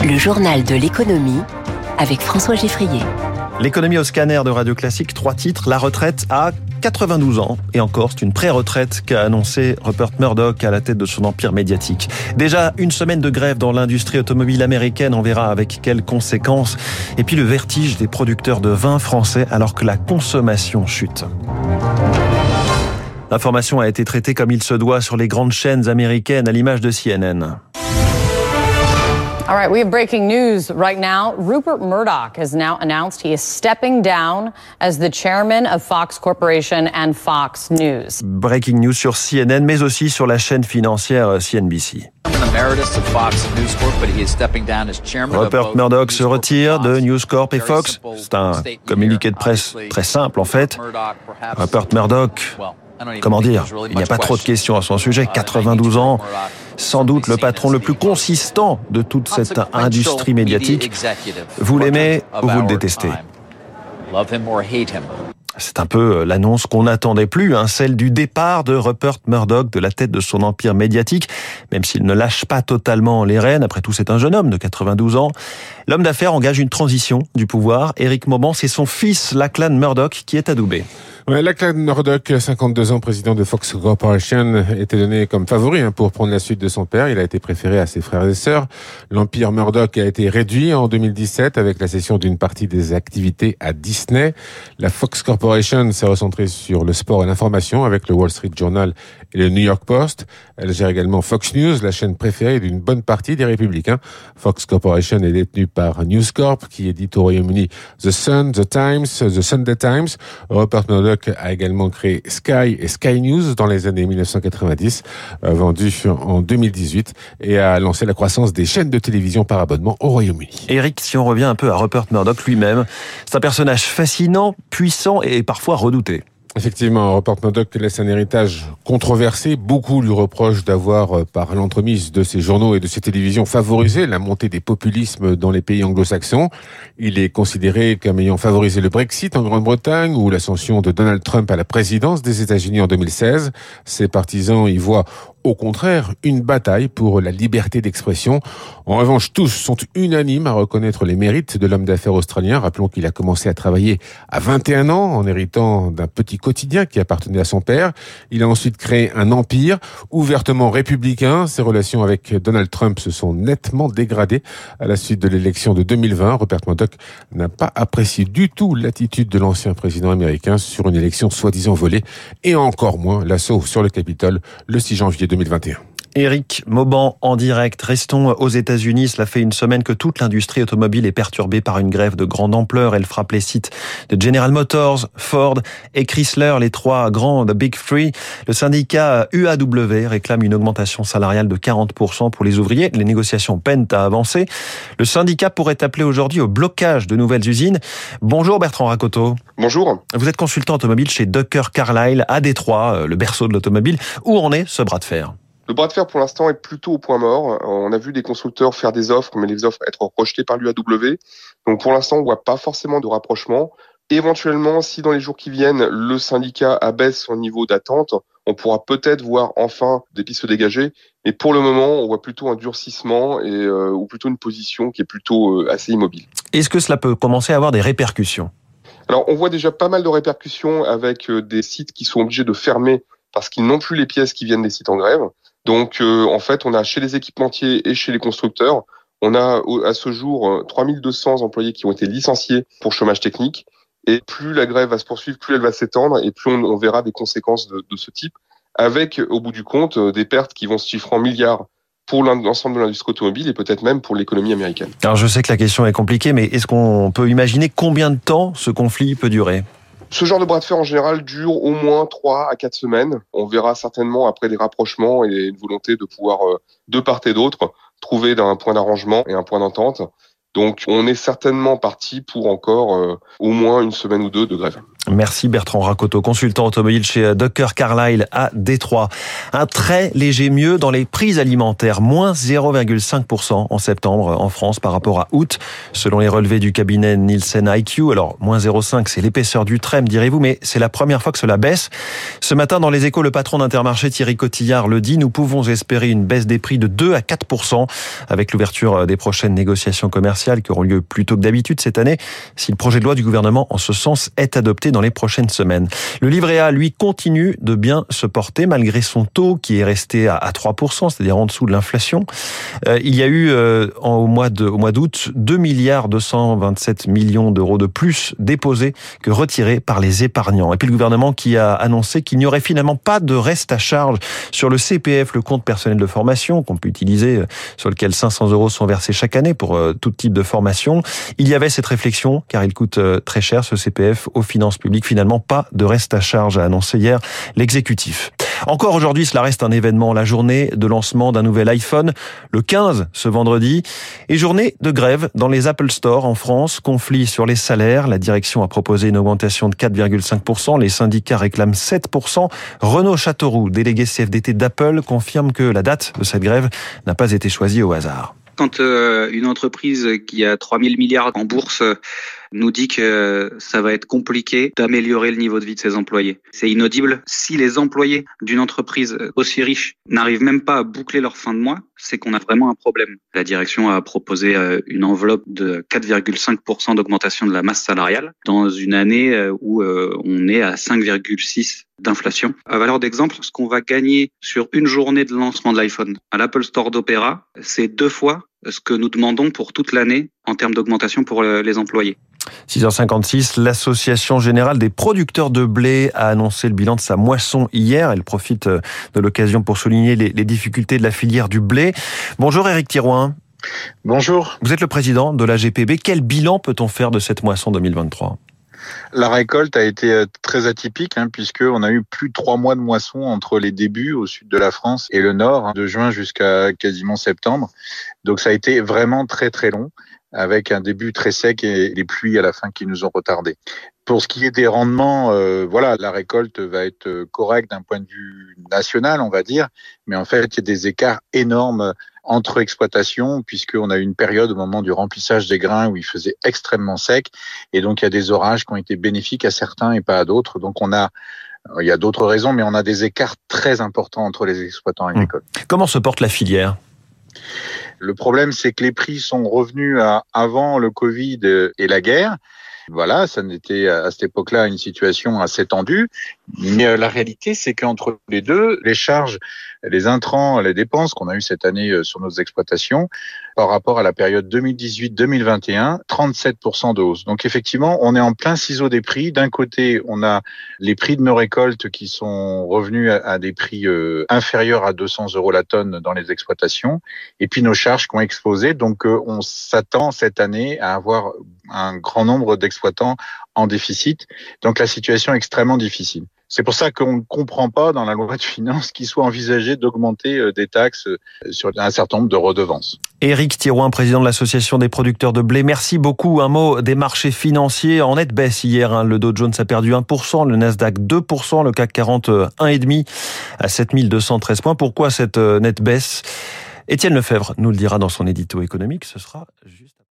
Le journal de l'économie avec François Geffrier. L'économie au scanner de Radio Classique, 3 titres. La retraite à 92 ans. Et encore, c'est une pré-retraite qu'a annoncé Rupert Murdoch à la tête de son empire médiatique. Déjà, une semaine de grève dans l'industrie automobile américaine. On verra avec quelles conséquences. Et puis le vertige des producteurs de vin français alors que la consommation chute. L'information a été traitée comme il se doit sur les grandes chaînes américaines à l'image de CNN. All right, we have breaking news right now. Rupert Murdoch has now announced he is stepping down as the chairman of Fox Corporation and Fox News. Breaking news sur CNN, mais aussi sur la chaîne financière CNBC. Rupert Murdoch se retire de News Corp et Fox. C'est un communiqué de presse très simple en fait. Rupert Murdoch, comment dire, il n'y a pas trop de questions à son sujet, 92 ans, sans doute le patron le plus consistant de toute cette industrie médiatique. Vous l'aimez ou vous le détestez. C'est un peu l'annonce qu'on n'attendait plus, celle du départ de Rupert Murdoch de la tête de son empire médiatique, même s'il ne lâche pas totalement les rênes. Après tout, c'est un jeune homme de 92 ans. L'homme d'affaires engage une transition du pouvoir. Éric Mauban, c'est son fils, Lachlan Murdoch, qui est adoubé. Ouais, Lachlan Murdoch, 52 ans, président de Fox Corporation, était donné comme favori pour prendre la suite de son père. Il a été préféré à ses frères et sœurs. L'empire Murdoch a été réduit en 2017 avec la cession d'une partie des activités à Disney. La Fox Corporation s'est recentrée sur le sport et l'information avec le Wall Street Journal et le New York Post. Elle gère également Fox News, la chaîne préférée d'une bonne partie des républicains. Fox Corporation est détenue par News Corp, qui édite au Royaume-Uni The Sun, The Times, The Sunday Times. Rupert Murdoch a également créé Sky et Sky News dans les années 1990, vendu en 2018, et a lancé la croissance des chaînes de télévision par abonnement au Royaume-Uni. Éric, si on revient un peu à Rupert Murdoch lui-même, c'est un personnage fascinant, puissant et parfois redouté. Effectivement, Rupert Murdoch laisse un héritage controversé. Beaucoup lui reprochent d'avoir, par l'entremise de ses journaux et de ses télévisions, favorisé la montée des populismes dans les pays anglo-saxons. Il est considéré comme ayant favorisé le Brexit en Grande-Bretagne ou l'ascension de Donald Trump à la présidence des États-Unis en 2016. Ses partisans y voient au contraire une bataille pour la liberté d'expression. En revanche, tous sont unanimes à reconnaître les mérites de l'homme d'affaires australien. Rappelons qu'il a commencé à travailler à 21 ans en héritant d'un petit quotidien qui appartenait à son père. Il a ensuite créé un empire ouvertement républicain. Ses relations avec Donald Trump se sont nettement dégradées à la suite de l'élection de 2020. Rupert Murdoch n'a pas apprécié du tout l'attitude de l'ancien président américain sur une élection soi-disant volée et encore moins l'assaut sur le Capitole le 6 janvier 2021. Éric Mauban en direct. Restons aux États-Unis. Cela fait une semaine que toute l'industrie automobile est perturbée par une grève de grande ampleur. Elle frappe les sites de General Motors, Ford et Chrysler, les 3 grandes Big Three. Le syndicat UAW réclame une augmentation salariale de 40% pour les ouvriers. Les négociations peinent à avancer. Le syndicat pourrait appeler aujourd'hui au blocage de nouvelles usines. Bonjour Bertrand Rakoto. Bonjour. Vous êtes consultant automobile chez Ducker Carlyle à Détroit, le berceau de l'automobile. Où en est ce bras de fer ? Le bras de fer, pour l'instant, est plutôt au point mort. On a vu des constructeurs faire des offres, mais les offres être rejetées par l'UAW. Donc, pour l'instant, on voit pas forcément de rapprochement. Éventuellement, si dans les jours qui viennent, le syndicat abaisse son niveau d'attente, on pourra peut-être voir enfin des pistes se dégager. Mais pour le moment, on voit plutôt un durcissement ou plutôt une position qui est plutôt assez immobile. Est-ce que cela peut commencer à avoir des répercussions ? Alors, on voit déjà pas mal de répercussions avec des sites qui sont obligés de fermer parce qu'ils n'ont plus les pièces qui viennent des sites en grève. Donc, en fait, on a chez les équipementiers et chez les constructeurs, on a à ce jour 3200 employés qui ont été licenciés pour chômage technique. Et plus la grève va se poursuivre, plus elle va s'étendre et plus on verra des conséquences de ce type, avec, au bout du compte, des pertes qui vont se chiffrer en milliards pour l'ensemble de l'industrie automobile et peut-être même pour l'économie américaine. Alors, je sais que la question est compliquée, mais est-ce qu'on peut imaginer combien de temps ce conflit peut durer ? Ce genre de bras de fer, en général, dure au moins 3 à 4 semaines. On verra certainement après des rapprochements et une volonté de pouvoir, de part et d'autre, trouver un point d'arrangement et un point d'entente. Donc, on est certainement parti pour encore au moins une semaine ou 2 de grève. Merci Bertrand Racoteau, consultant automobile chez Ducker Carlyle à Détroit. Un très léger mieux dans les prix alimentaires, moins 0,5% en septembre en France par rapport à août, selon les relevés du cabinet Nielsen IQ. Alors, moins 0,5, c'est l'épaisseur du trait, me direz-vous, mais c'est la première fois que cela baisse. Ce matin, dans les Échos, le patron d'Intermarché, Thierry Cotillard, le dit, nous pouvons espérer une baisse des prix de 2 à 4% avec l'ouverture des prochaines négociations commerciales qui auront lieu plus tôt que d'habitude cette année, si le projet de loi du gouvernement en ce sens est adopté dans les prochaines semaines. Le livret A, lui, continue de bien se porter malgré son taux qui est resté à 3%, c'est-à-dire en dessous de l'inflation. Il y a eu au mois d'août 2,227 milliards d'euros de plus déposés que retirés par les épargnants. Et puis le gouvernement qui a annoncé qu'il n'y aurait finalement pas de reste à charge sur le CPF, le compte personnel de formation qu'on peut utiliser, sur lequel 500 € sont versés chaque année pour tout type de formation. Il y avait cette réflexion, car il coûte très cher ce CPF aux finances publiques. Finalement, pas de reste à charge, a annoncé hier l'exécutif. Encore aujourd'hui, cela reste un événement, la journée de lancement d'un nouvel iPhone, le 15 ce vendredi, et journée de grève dans les Apple Store en France, conflit sur les salaires. La direction a proposé une augmentation de 4,5%, les syndicats réclament 7%. Renaud Châteauroux, délégué CFDT d'Apple, confirme que la date de cette grève n'a pas été choisie au hasard. Quand une entreprise qui a 3000 milliards en bourse nous dit que ça va être compliqué d'améliorer le niveau de vie de ses employés, c'est inaudible. Si les employés d'une entreprise aussi riche n'arrivent même pas à boucler leur fin de mois, c'est qu'on a vraiment un problème. La direction a proposé une enveloppe de 4,5% d'augmentation de la masse salariale dans une année où on est à 5,6% d'inflation. À valeur d'exemple, ce qu'on va gagner sur une journée de lancement de l'iPhone à l'Apple Store d'Opéra, c'est 2 fois ce que nous demandons pour toute l'année en termes d'augmentation pour les employés. 6h56, l'Association Générale des Producteurs de Blé a annoncé le bilan de sa moisson hier. Elle profite de l'occasion pour souligner les difficultés de la filière du blé. Bonjour Éric Thirouin. Bonjour. Vous êtes le président de la GPB. Quel bilan peut-on faire de cette moisson 2023 ? La récolte a été très atypique puisqu'on a eu plus de 3 mois de moisson entre les débuts au sud de la France et le nord, de juin jusqu'à quasiment septembre. Donc ça a été vraiment très très long, avec un début très sec et les pluies à la fin qui nous ont retardés. Pour ce qui est des rendements, la récolte va être correcte d'un point de vue national, on va dire, mais en fait, il y a des écarts énormes entre exploitations, puisqu'on a eu une période au moment du remplissage des grains où il faisait extrêmement sec, et donc il y a des orages qui ont été bénéfiques à certains et pas à d'autres. Donc il y a d'autres raisons, mais on a des écarts très importants entre les exploitants agricoles. Comment se porte la filière ? Le problème, c'est que les prix sont revenus à avant le Covid et la guerre. Voilà, ça n'était à cette époque-là une situation assez tendue. Mais la réalité, c'est qu'entre les deux, les charges, les intrants, les dépenses qu'on a eues cette année sur nos exploitations, par rapport à la période 2018-2021, 37% de hausse. Donc effectivement, on est en plein ciseau des prix. D'un côté, on a les prix de nos récoltes qui sont revenus à des prix inférieurs à 200 € la tonne dans les exploitations, et puis nos charges qui ont explosé. Donc on s'attend cette année à avoir un grand nombre d'exploitants en déficit. Donc la situation est extrêmement difficile. C'est pour ça qu'on ne comprend pas dans la loi de finances qu'il soit envisagé d'augmenter des taxes sur un certain nombre de redevances. Éric Thirouin, président de l'Association des producteurs de blé, merci beaucoup. Un mot des marchés financiers en nette baisse hier. Le Dow Jones a perdu 1%, le Nasdaq 2%, le CAC 40 1,5% à 7213 points. Pourquoi cette nette baisse ? Étienne Lefebvre nous le dira dans son édito économique. Ce sera juste